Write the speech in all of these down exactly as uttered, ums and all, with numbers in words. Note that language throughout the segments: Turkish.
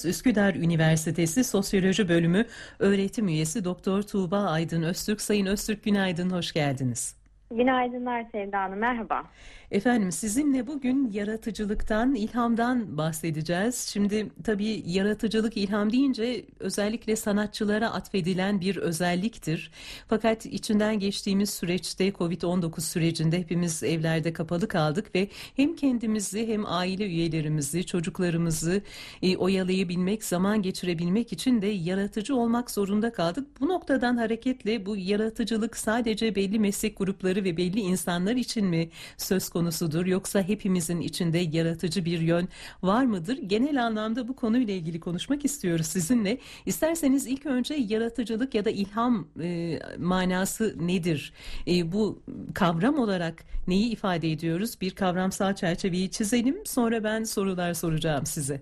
konuğumuz Üsküdar Üniversitesi Sosyoloji Bölümü öğretim üyesi Doktor Tuğba Aydın Öztürk. Sayın Öztürk, günaydın, hoş geldiniz. Günaydınlar Sevda Hanım, merhaba. Efendim, sizinle bugün yaratıcılıktan, ilhamdan bahsedeceğiz. Şimdi tabii yaratıcılık, ilham deyince özellikle sanatçılara atfedilen bir özelliktir. Fakat içinden geçtiğimiz süreçte, kovid on dokuz sürecinde hepimiz evlerde kapalı kaldık ve hem kendimizi hem aile üyelerimizi, çocuklarımızı e, oyalayabilmek, zaman geçirebilmek için de yaratıcı olmak zorunda kaldık. Bu noktadan hareketle bu yaratıcılık sadece belli meslek grupları ve belli insanlar için mi söz konusudur, yoksa hepimizin içinde yaratıcı bir yön var mıdır? Genel anlamda bu konuyla ilgili konuşmak istiyoruz sizinle. İsterseniz ilk önce yaratıcılık ya da ilham e, manası nedir? E, bu kavram olarak neyi ifade ediyoruz? Bir kavramsal çerçeveyi çizelim. Sonra ben sorular soracağım size.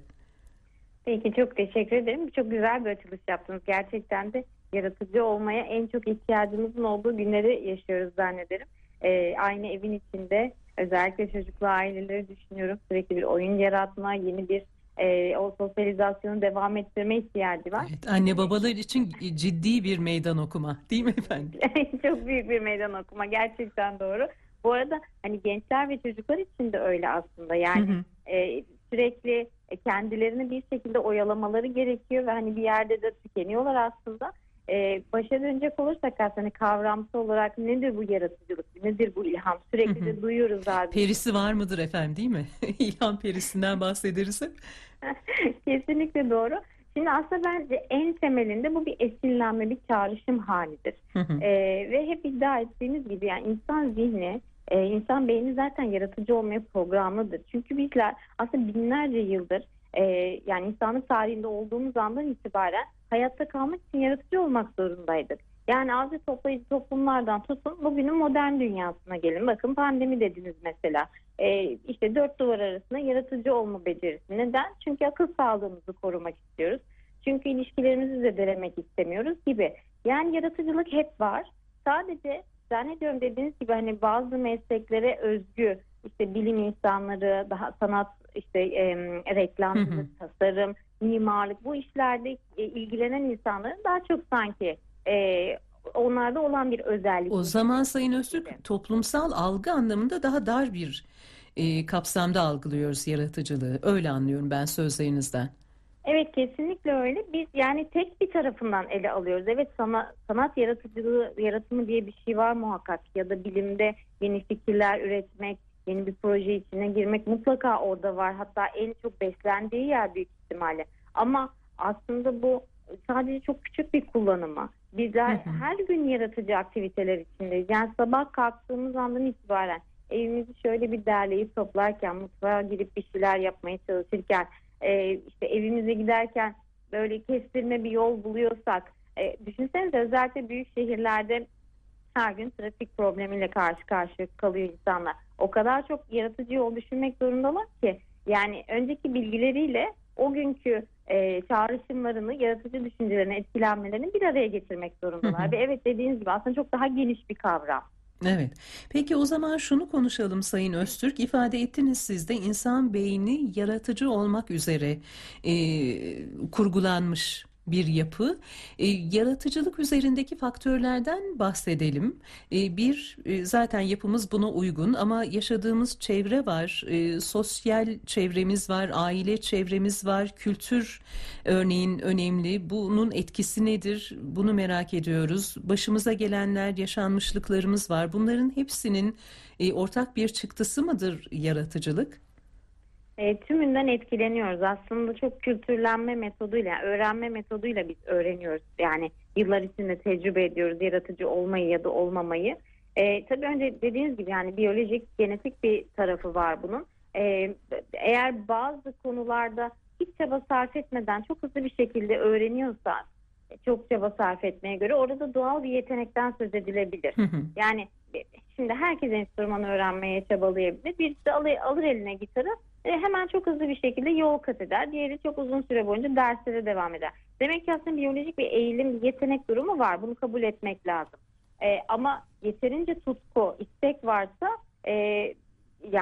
Peki, çok teşekkür ederim. Çok güzel bir açılış yaptınız. Gerçekten de yaratıcı olmaya en çok ihtiyacımızın olduğu günleri yaşıyoruz zannederim. Ee, aynı evin içinde özellikle çocuklu aileleri düşünüyorum. Sürekli bir oyun yaratma, yeni bir e, o sosyalizasyonu devam ettirme ihtiyacı var. Evet, anne babalar için ciddi bir meydan okuma, değil mi efendim? Çok büyük bir meydan okuma, gerçekten doğru. Bu arada hani gençler ve çocuklar için de öyle aslında. Yani hı hı. E, sürekli kendilerini bir şekilde oyalamaları gerekiyor ve hani bir yerde de tükeniyorlar aslında. Ee, başa dönecek olursak aslında kavramsal olarak nedir bu yaratıcılık, nedir bu ilham? Sürekli de duyuyoruz abi. Perisi var mıdır efendim, değil mi? İlham perisinden bahsederiz hep. Kesinlikle doğru. Şimdi aslında bence en temelinde bu bir esinlenme, bir çağrışım halidir. ee, ve hep iddia ettiğimiz gibi yani insan zihni, e, insan beyni zaten yaratıcı olmaya programlıdır. Çünkü bizler aslında binlerce yıldır e, yani insanlık tarihinde olduğumuz andan itibaren hayatta kalmak için yaratıcı olmak zorundaydık. Yani avcı toplayıcı toplumlardan tutun bugünün modern dünyasına gelin. Bakın pandemi dediniz mesela. Ee, işte dört duvar arasında yaratıcı olma becerisi. Neden? Çünkü akıl sağlığımızı korumak istiyoruz. Çünkü ilişkilerimizi zedelemek istemiyoruz gibi. Yani yaratıcılık hep var. Sadece zannediyorum dediğiniz gibi hani bazı mesleklere özgü işte bilim insanları, daha sanat, işte e, reklamcılık, tasarım, mimarlık, bu işlerde e, ilgilenen insanların daha çok sanki e, onlarda olan bir özellik. O zaman Sayın Öztürk, toplumsal algı anlamında daha dar bir e, kapsamda algılıyoruz yaratıcılığı. Öyle anlıyorum ben sözlerinizden. Evet, kesinlikle öyle. Biz yani tek bir tarafından ele alıyoruz. Evet, sana, sanat yaratıcılığı, yaratımı diye bir şey var muhakkak. Ya da bilimde yeni fikirler üretmek, yeni bir proje içine girmek mutlaka orada var. Hatta en çok beslendiği yer büyük ihtimalle. Ama aslında bu sadece çok küçük bir kullanımı. Bizler hı hı. her gün yaratıcı aktiviteler içindeyiz. Yani sabah kalktığımız andan itibaren evimizi şöyle bir derleyip toplarken, mutfağa girip bir şeyler yapmaya çalışırken, e, işte evimize giderken böyle kestirme bir yol buluyorsak, e, düşünsenize özellikle büyük şehirlerde her gün trafik problemiyle karşı karşıya kalıyor insanlar. O kadar çok yaratıcı yol düşünmek zorundalar ki yani önceki bilgileriyle o günkü e, çağrışımlarını, yaratıcı düşüncelerini, etkilenmelerini bir araya getirmek zorundalar. Ve evet, dediğiniz gibi aslında çok daha geniş bir kavram. Evet. Peki o zaman şunu konuşalım Sayın Öztürk. İfade ettiniz siz de, insan beyni yaratıcı olmak üzere e, kurgulanmış bir yapı. E, yaratıcılık üzerindeki faktörlerden bahsedelim. E, bir, e, zaten yapımız buna uygun ama yaşadığımız çevre var, e, sosyal çevremiz var, aile çevremiz var, kültür örneğin önemli. Bunun etkisi nedir? Bunu merak ediyoruz. Başımıza gelenler, yaşanmışlıklarımız var. Bunların hepsinin e, ortak bir çıktısı mıdır yaratıcılık? E, tümünden etkileniyoruz. Aslında çok kültürlenme metoduyla, öğrenme metoduyla biz öğreniyoruz. Yani yıllar içinde tecrübe ediyoruz yaratıcı olmayı ya da olmamayı. E, tabii önce dediğiniz gibi yani biyolojik, genetik bir tarafı var bunun. E, eğer bazı konularda hiç çaba sarf etmeden çok hızlı bir şekilde öğreniyorsak, çok çaba sarf etmeye göre orada doğal bir yetenekten söz edilebilir. Hı hı. Yani şimdi herkes enstrüman öğrenmeye çabalayabilir. Birisi alır, alır eline gitarı, e, hemen çok hızlı bir şekilde yol kat eder. Diğeri çok uzun süre boyunca derslere devam eder. Demek ki aslında biyolojik bir eğilim, bir yetenek durumu var. Bunu kabul etmek lazım. E, ama yeterince tutku, istek varsa e, yani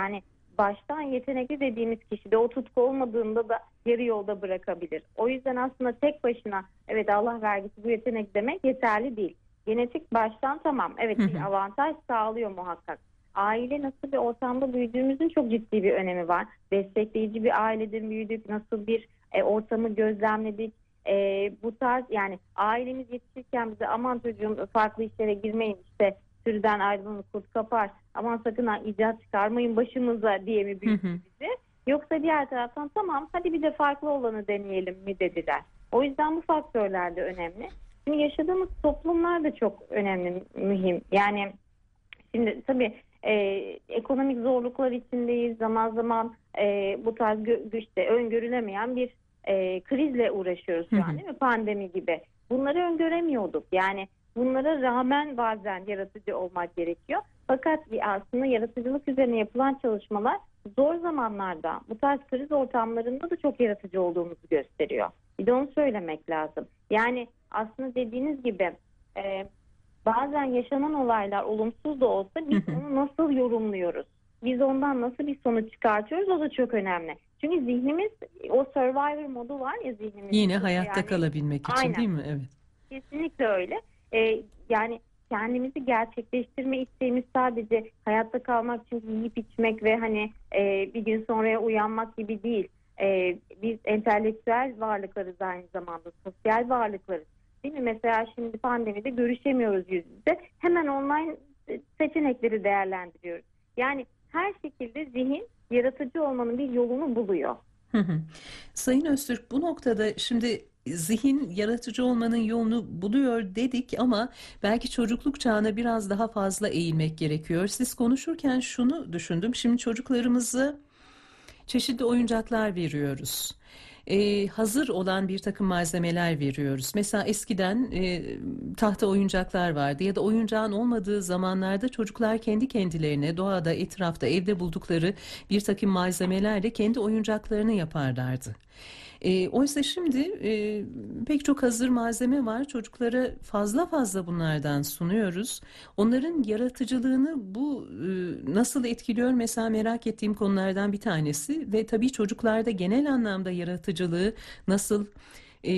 baştan yetenekli dediğimiz kişide o tutku olmadığında da yarı yolda bırakabilir. O yüzden aslında tek başına evet Allah vergisi bu yetenek demek yeterli değil. Genetik baştan tamam, evet, bir avantaj sağlıyor muhakkak. Aile nasıl bir ortamda büyüdüğümüzün çok ciddi bir önemi var. Destekleyici bir ailede büyüdük, nasıl bir e, ortamı gözlemledik. E, bu tarz, yani ailemiz yetişirken bize aman çocuğum farklı işlere girmeyin, işte sürüden ayrılın kurt kapar, aman sakın ha icat çıkarmayın başımıza diye mi büyüttü bizi? Yoksa diğer taraftan tamam hadi bir de farklı olanı deneyelim mi dediler. O yüzden bu faktörler de önemli. Şimdi yaşadığımız toplumlar da çok önemli, mühim. Yani şimdi tabii e, ekonomik zorluklar içindeyiz. Zaman zaman e, bu tarz gö- işte öngörülemeyen bir e, krizle uğraşıyoruz şu an, değil mi? Pandemi gibi. Bunları öngöremiyorduk. Yani bunlara rağmen bazen yaratıcı olmak gerekiyor. Fakat aslında yaratıcılık üzerine yapılan çalışmalar zor zamanlarda, bu tarz kriz ortamlarında da çok yaratıcı olduğumuzu gösteriyor. Bir de onu söylemek lazım. Yani aslında dediğiniz gibi e, bazen yaşanan olaylar olumsuz da olsa biz onu nasıl yorumluyoruz? Biz ondan nasıl bir sonuç çıkartıyoruz? O da çok önemli. Çünkü zihnimiz, o survivor modu var ya zihnimizde. Yine hayatta yani, kalabilmek için aynen, değil mi? Evet. Kesinlikle öyle. Ee, yani kendimizi gerçekleştirme isteğimiz sadece hayatta kalmak için yiyip içmek ve hani e, bir gün sonraya uyanmak gibi değil. E, biz entelektüel varlıklarız, aynı zamanda sosyal varlıklarız. Değil mi? Mesela şimdi pandemide görüşemiyoruz yüz yüze. Hemen online seçenekleri değerlendiriyoruz. Yani her şekilde zihin yaratıcı olmanın bir yolunu buluyor. Hı hı. Sayın Öztürk, bu noktada şimdi zihin yaratıcı olmanın yolunu buluyor dedik ama belki çocukluk çağına biraz daha fazla eğilmek gerekiyor. Siz konuşurken şunu düşündüm. Şimdi çocuklarımızı çeşitli oyuncaklar veriyoruz. Ee, hazır olan bir takım malzemeler veriyoruz. Mesela eskiden e, tahta oyuncaklar vardı ya da oyuncağın olmadığı zamanlarda çocuklar kendi kendilerine doğada, etrafta, evde buldukları bir takım malzemelerle kendi oyuncaklarını yaparlardı. E, oysa şimdi e, pek çok hazır malzeme var. Çocuklara fazla fazla bunlardan sunuyoruz. Onların yaratıcılığını bu e, nasıl etkiliyor? Mesela merak ettiğim konulardan bir tanesi ve tabii çocuklarda genel anlamda yaratıcılığı nasıl e,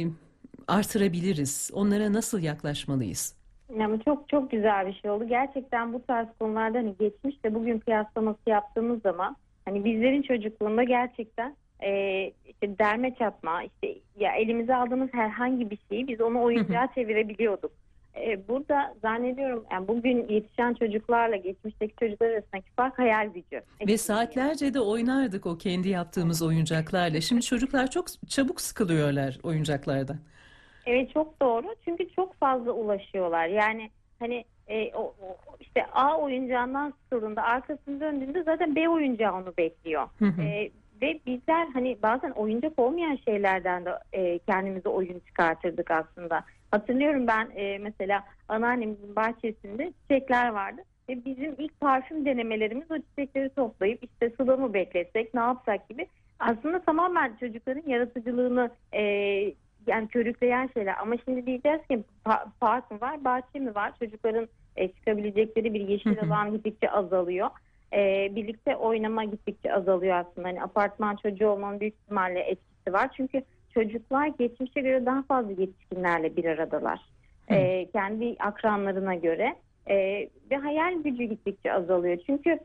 artırabiliriz? Onlara nasıl yaklaşmalıyız? Yani çok çok güzel bir şey oldu. Gerçekten bu tarz konularda hani geçmişle bugün kıyaslaması yaptığımız zaman hani bizlerin çocukluğunda gerçekten e, işte derme çatma, işte ya elimize aldığımız herhangi bir şeyi biz onu oyuncağa çevirebiliyorduk. E, burada zannediyorum yani bugün yetişen çocuklarla geçmişteki çocuklar arasındaki fark hayal gücü. Ve saatlerce de oynardık o kendi yaptığımız oyuncaklarla. Şimdi çocuklar çok çabuk sıkılıyorlar oyuncaklardan. Evet, çok doğru. Çünkü çok fazla ulaşıyorlar. Yani hani e, o, o, işte A oyuncağından sıkıldığında arkasını döndüğünde zaten B oyuncağı onu bekliyor. E, ve bizler hani bazen oyuncak olmayan şeylerden de e, kendimize oyun çıkartırdık aslında. Hatırlıyorum ben e, mesela anneannemizin bahçesinde çiçekler vardı. Ve bizim ilk parfüm denemelerimiz o çiçekleri toplayıp işte suda mı bekletsek ne yapsak gibi. Aslında tamamen çocukların yaratıcılığını e, yani körükleyen şeyler. Ama şimdi diyeceğiz ki pa- park mı var, bahçe mi var? Çocukların e, çıkabilecekleri bir yeşil alan gittikçe azalıyor. E, birlikte oynama gittikçe azalıyor aslında. Hani apartman çocuğu olmanın büyük ihtimalle etkisi var. Çünkü çocuklar geçmişe göre daha fazla yetişkinlerle bir aradalar. E, kendi akranlarına göre. E, ve hayal gücü gittikçe azalıyor. Çünkü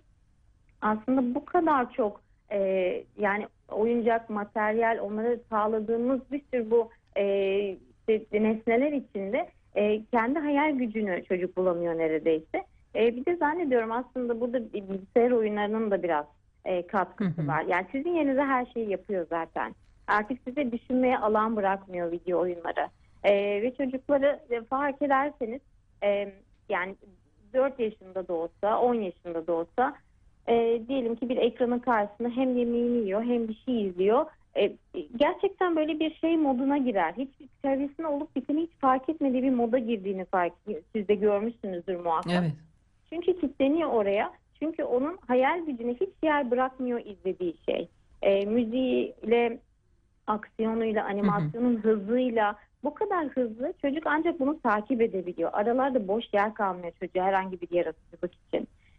aslında bu kadar çok e, yani oyuncak, materyal, onlara sağladığımız bir sürü bu e, işte nesneler içinde e, kendi hayal gücünü çocuk bulamıyor neredeyse. E, bir de zannediyorum aslında burada bilgisayar oyunlarının da biraz e, katkısı var. Yani sizin yerinize her şeyi yapıyor zaten. Artık size düşünmeye alan bırakmıyor video oyunları. E, ve çocukları e, fark ederseniz e, yani dört yaşında da olsa, on yaşında da olsa e, diyelim ki bir ekranın karşısında hem yemeğini yiyor hem bir şey izliyor. E, gerçekten böyle bir şey moduna girer. Hiç çevresinde olup biteni hiç fark etmediği bir moda girdiğini fark siz de görmüşsünüzdür muhakkak. Evet. Çünkü kilitleniyor oraya. Çünkü onun hayal gücüne hiç yer bırakmıyor izlediği şey. E, müziğiyle, aksiyonuyla, animasyonun hı hı. hızıyla bu kadar hızlı çocuk ancak bunu takip edebiliyor. Aralarda boş yer kalmıyor çocuğa herhangi bir yaratıcılık için.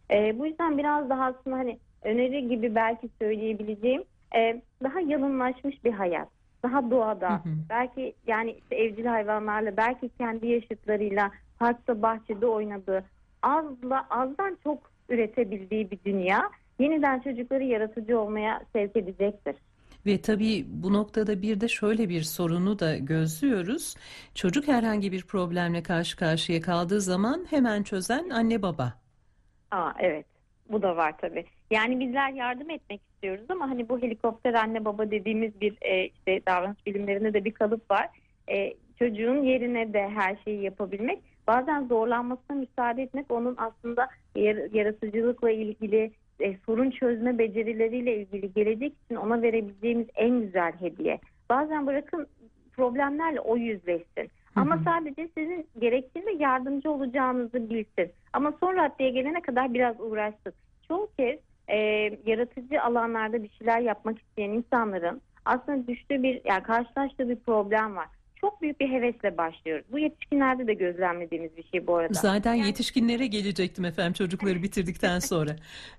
E, bu yüzden biraz daha aslında hani öneri gibi belki söyleyebileceğim e, daha yalınlaşmış bir hayat. Daha Hı doğada, hı. belki yani işte evcil hayvanlarla, belki kendi yaşıtlarıyla parkta, bahçede oynadığı, azla azdan çok üretebildiği bir dünya yeniden çocukları yaratıcı olmaya sevk edecektir. Ve tabii bu noktada bir de şöyle bir sorunu da gözlüyoruz. Çocuk herhangi bir problemle karşı karşıya kaldığı zaman hemen çözen anne baba. Aa, evet, bu da var tabii. Yani bizler yardım etmek istiyoruz ama hani bu helikopter anne baba dediğimiz bir e, işte davranış bilimlerinde de bir kalıp var. E, çocuğun yerine de her şeyi yapabilmek, bazen zorlanmasına müsaade etmek, onun aslında yar- yaratıcılıkla ilgili, e, sorun çözme becerileriyle ilgili gelecek için ona verebileceğimiz en güzel hediye. Bazen bırakın problemlerle o yüzleşsin. Hı Ama hı. sadece sizin gerektiğinde yardımcı olacağınızı bilsin. Ama son raddeye gelene kadar biraz uğraşsın. Çoğu kez e, yaratıcı alanlarda bir şeyler yapmak isteyen insanların aslında düştüğü bir, yani karşılaştığı bir problem var. Çok büyük bir hevesle başlıyoruz. Bu yetişkinlerde de gözlemlediğimiz bir şey bu arada. Zaten Yani yetişkinlere gelecektim efendim çocukları bitirdikten sonra.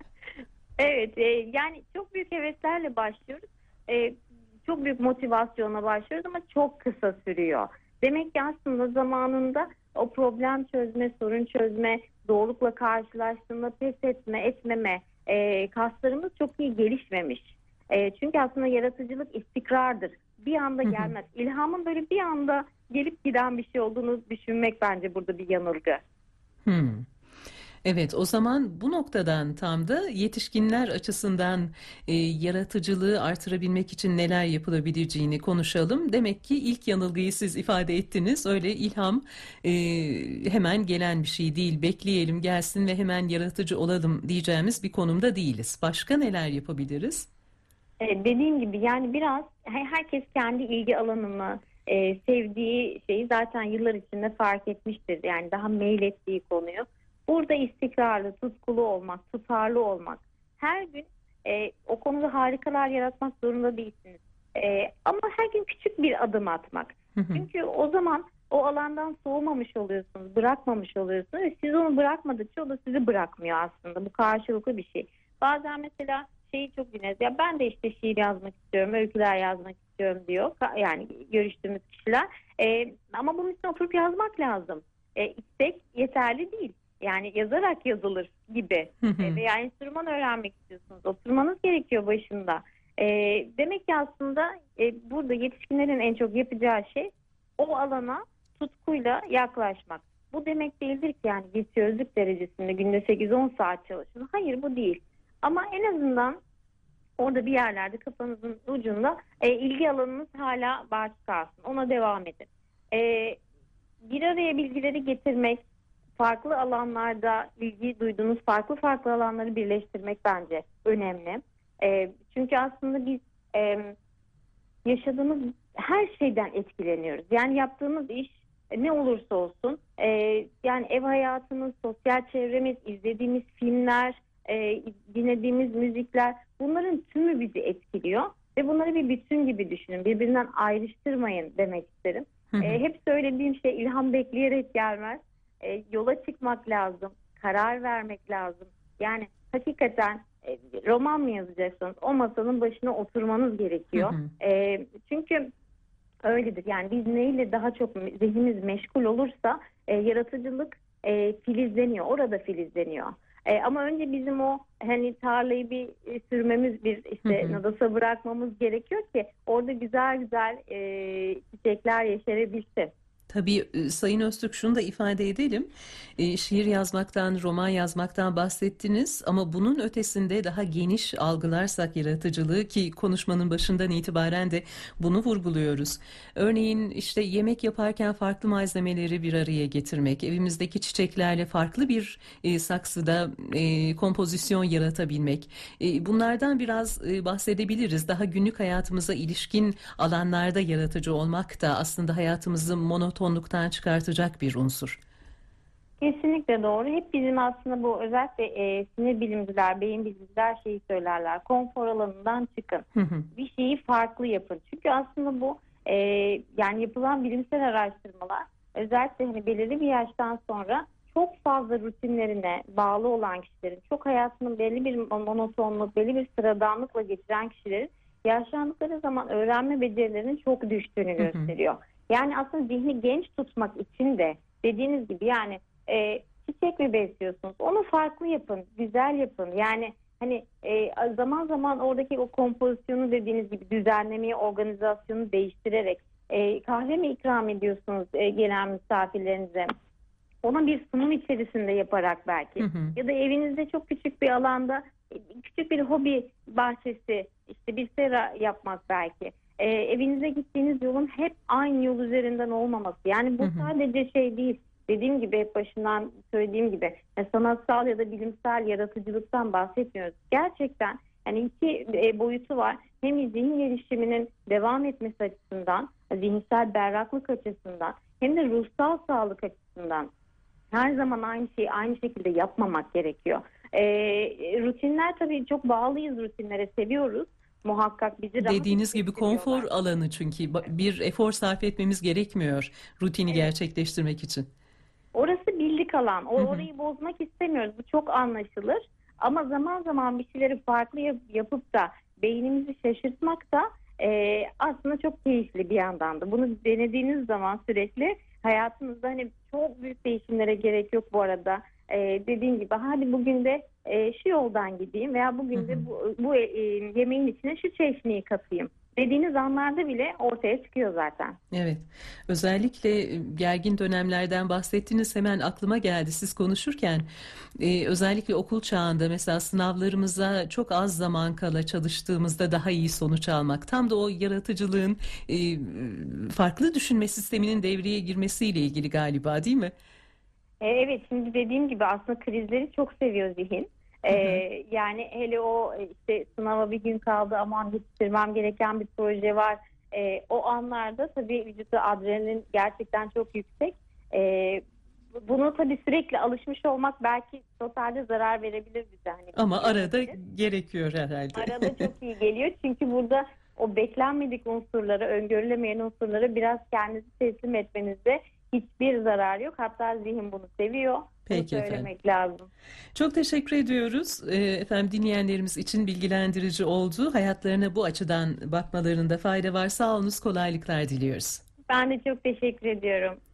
evet, e, yani çok büyük heveslerle başlıyoruz. E, çok büyük motivasyonla başlıyoruz ama çok kısa sürüyor. Demek ki aslında zamanında o problem çözme, sorun çözme, zorlukla karşılaştığında pes etme, etmeme e, kaslarımız çok iyi gelişmemiş. E, çünkü aslında yaratıcılık istikrardır. Bir anda Hı hı. gelmez. İlhamın böyle bir anda gelip giden bir şey olduğunu düşünmek bence burada bir yanılgı. Hmm. Evet, o zaman bu noktadan tam da yetişkinler açısından e, yaratıcılığı artırabilmek için neler yapılabileceğini konuşalım. Demek ki ilk yanılgıyı siz ifade ettiniz. Öyle ilham e, hemen gelen bir şey değil. Bekleyelim gelsin ve hemen yaratıcı olalım diyeceğimiz bir konumda değiliz. Başka neler yapabiliriz? Evet, dediğim gibi yani biraz he- herkes kendi ilgi alanını, e, sevdiği şeyi zaten yıllar içinde fark etmiştir. Yani daha meylettiği konuyu. Burada istikrarlı, tutkulu olmak, tutarlı olmak. Her gün e, o konuda harikalar yaratmak zorunda değilsiniz. E, ama her gün küçük bir adım atmak. Hı hı. Çünkü o zaman o alandan soğumamış oluyorsunuz, bırakmamış oluyorsunuz. Ve siz onu bırakmadıkça o da sizi bırakmıyor aslında. Bu karşılıklı bir şey. Bazen mesela şeyi çok dinleriz. Ya ben de işte şiir yazmak istiyorum, öyküler yazmak istiyorum diyor. Ka- Yani görüştüğümüz kişiler. Ee, ama bunun için oturup yazmak lazım. Ee, istek yeterli değil. Yani yazarak yazılır gibi. Hı Ee, hı. veya enstrüman öğrenmek istiyorsunuz. Oturmanız gerekiyor başında. Ee, demek ki aslında e, burada yetişkinlerin en çok yapacağı şey o alana tutkuyla yaklaşmak. Bu demek değildir ki yani virtüözlük derecesinde günde sekiz on saat çalışın. Hayır, bu değil. Ama en azından orada bir yerlerde kafanızın ucunda e, ilgi alanınız hala baki kalsın. Ona devam edin. E, bir araya bilgileri getirmek, farklı alanlarda ilgi duyduğunuz farklı farklı alanları birleştirmek bence önemli. E, çünkü aslında biz e, yaşadığımız her şeyden etkileniyoruz. Yani yaptığımız iş e, ne olursa olsun, e, yani ev hayatımız, sosyal çevremiz, izlediğimiz filmler, e, dinlediğimiz müzikler, bunların tümü bizi etkiliyor ve bunları bir bütün gibi düşünün. Birbirinden ayrıştırmayın demek isterim. Hı hı. E, hep söylediğim şey, ilham bekleyerek gelmez. E, yola çıkmak lazım, karar vermek lazım. Yani hakikaten e, roman mı yazacaksınız? O masanın başına oturmanız Hı gerekiyor. hı. E, çünkü öyledir. Yani biz neyle daha çok zihnimiz meşgul olursa e, yaratıcılık e, filizleniyor. Orada filizleniyor. E, ama önce bizim o hani tarlayı bir e, sürmemiz, bir Hı işte hı. nadasa bırakmamız gerekiyor ki orada güzel güzel e, çiçekler yeşerebilsin. Tabii e, Sayın Öztürk şunu da ifade edelim. E, şiir yazmaktan, roman yazmaktan bahsettiniz ama bunun ötesinde daha geniş algılarsak yaratıcılığı ki konuşmanın başından itibaren de bunu vurguluyoruz. Örneğin işte yemek yaparken farklı malzemeleri bir araya getirmek, evimizdeki çiçeklerle farklı bir e, saksıda e, kompozisyon yaratabilmek. E, bunlardan biraz e, bahsedebiliriz. Daha günlük hayatımıza ilişkin alanlarda yaratıcı olmak da aslında hayatımızı monotonluktan çıkartacak bir unsur. Kesinlikle doğru. Hep bizim aslında bu özellikle e, sinir bilimciler, beyin bilimciler şeyi söylerler. Konfor alanından çıkın. Hı hı. Bir şeyi farklı yapın. Çünkü aslında bu e, yani yapılan bilimsel araştırmalar özellikle hani belirli bir yaştan sonra çok fazla rutinlerine bağlı olan kişilerin, çok hayatının belli bir monotonluk, belli bir sıradanlıkla geçiren kişilerin yaşlandıkları zaman öğrenme becerilerinin çok düştüğünü Hı hı. gösteriyor. Yani aslında zihni genç tutmak için de dediğiniz gibi yani e, çiçek mi besliyorsunuz? Onu farklı yapın, güzel yapın. Yani hani e, zaman zaman oradaki o kompozisyonu dediğiniz gibi düzenlemeyi, organizasyonu değiştirerek e, kahve mi ikram ediyorsunuz e, gelen misafirlerinize? Ona bir sunum içerisinde yaparak belki Hı hı. ya da evinizde çok küçük bir alanda e, küçük bir hobi bahçesi, işte bir sera yapmak belki. E, evinize gittiğiniz yolun hep aynı yol üzerinden olmaması. Yani bu Hı hı. sadece şey değil. Dediğim gibi hep başından söylediğim gibi yani sanatsal ya da bilimsel yaratıcılıktan bahsetmiyoruz. Gerçekten yani iki e, boyutu var. Hem zihin gelişiminin devam etmesi açısından, zihinsel berraklık açısından hem de ruhsal sağlık açısından. Her zaman aynı şeyi aynı şekilde yapmamak gerekiyor. Ee, rutinler tabii çok bağlıyız rutinlere, seviyoruz. Muhakkak bizi rahat Dediğiniz gibi konfor hissettiriyorlar. alanı, çünkü ba- bir efor sarf etmemiz gerekmiyor rutini Evet. gerçekleştirmek için. Orası birlik alan. O, Hı hı. orayı bozmak istemiyoruz. Bu çok anlaşılır. Ama zaman zaman bir şeyleri farklı yap- yapıp da beynimizi şaşırtmak da e, aslında çok keyifli bir yandan da. Bunu denediğiniz zaman sürekli hayatınızda hani çok büyük değişimlere gerek yok bu arada. E, dediğim gibi hadi bugün de e, şu yoldan gideyim veya Hı bugün hı. de bu, bu e, yemeğin içine şu çeşniyi katayım dediğiniz anlarda bile ortaya çıkıyor zaten. Evet, özellikle e, gergin dönemlerden bahsettiniz, hemen aklıma geldi siz konuşurken. Ee, özellikle okul çağında mesela sınavlarımıza çok az zaman kala çalıştığımızda daha iyi sonuç almak, tam da o yaratıcılığın, e, farklı düşünme sisteminin devreye girmesiyle ilgili galiba, değil mi? E, Evet, şimdi dediğim gibi aslında krizleri çok seviyor zihin. E, Hı hı. yani hele o e, işte sınava bir gün kaldı, aman yetiştirmem gereken bir proje var. E, o anlarda tabii vücutta adrenalin gerçekten çok yüksek. E, bunu tabii sürekli alışmış olmak belki totalde zarar verebilir bize. Hani Ama arada bilmiyoruz. gerekiyor herhalde. Arada çok iyi geliyor çünkü burada o beklenmedik unsurlara, öngörülemeyen unsurlara biraz kendinizi teslim etmenizde hiçbir zarar yok. Hatta zihin bunu seviyor. Bunu Peki efendim. söylemek lazım. Çok teşekkür ediyoruz. Ee, Efendim, dinleyenlerimiz için bilgilendirici oldu. Hayatlarına bu açıdan bakmalarında fayda var. Sağ olunuz, kolaylıklar diliyoruz. Ben de çok teşekkür ediyorum.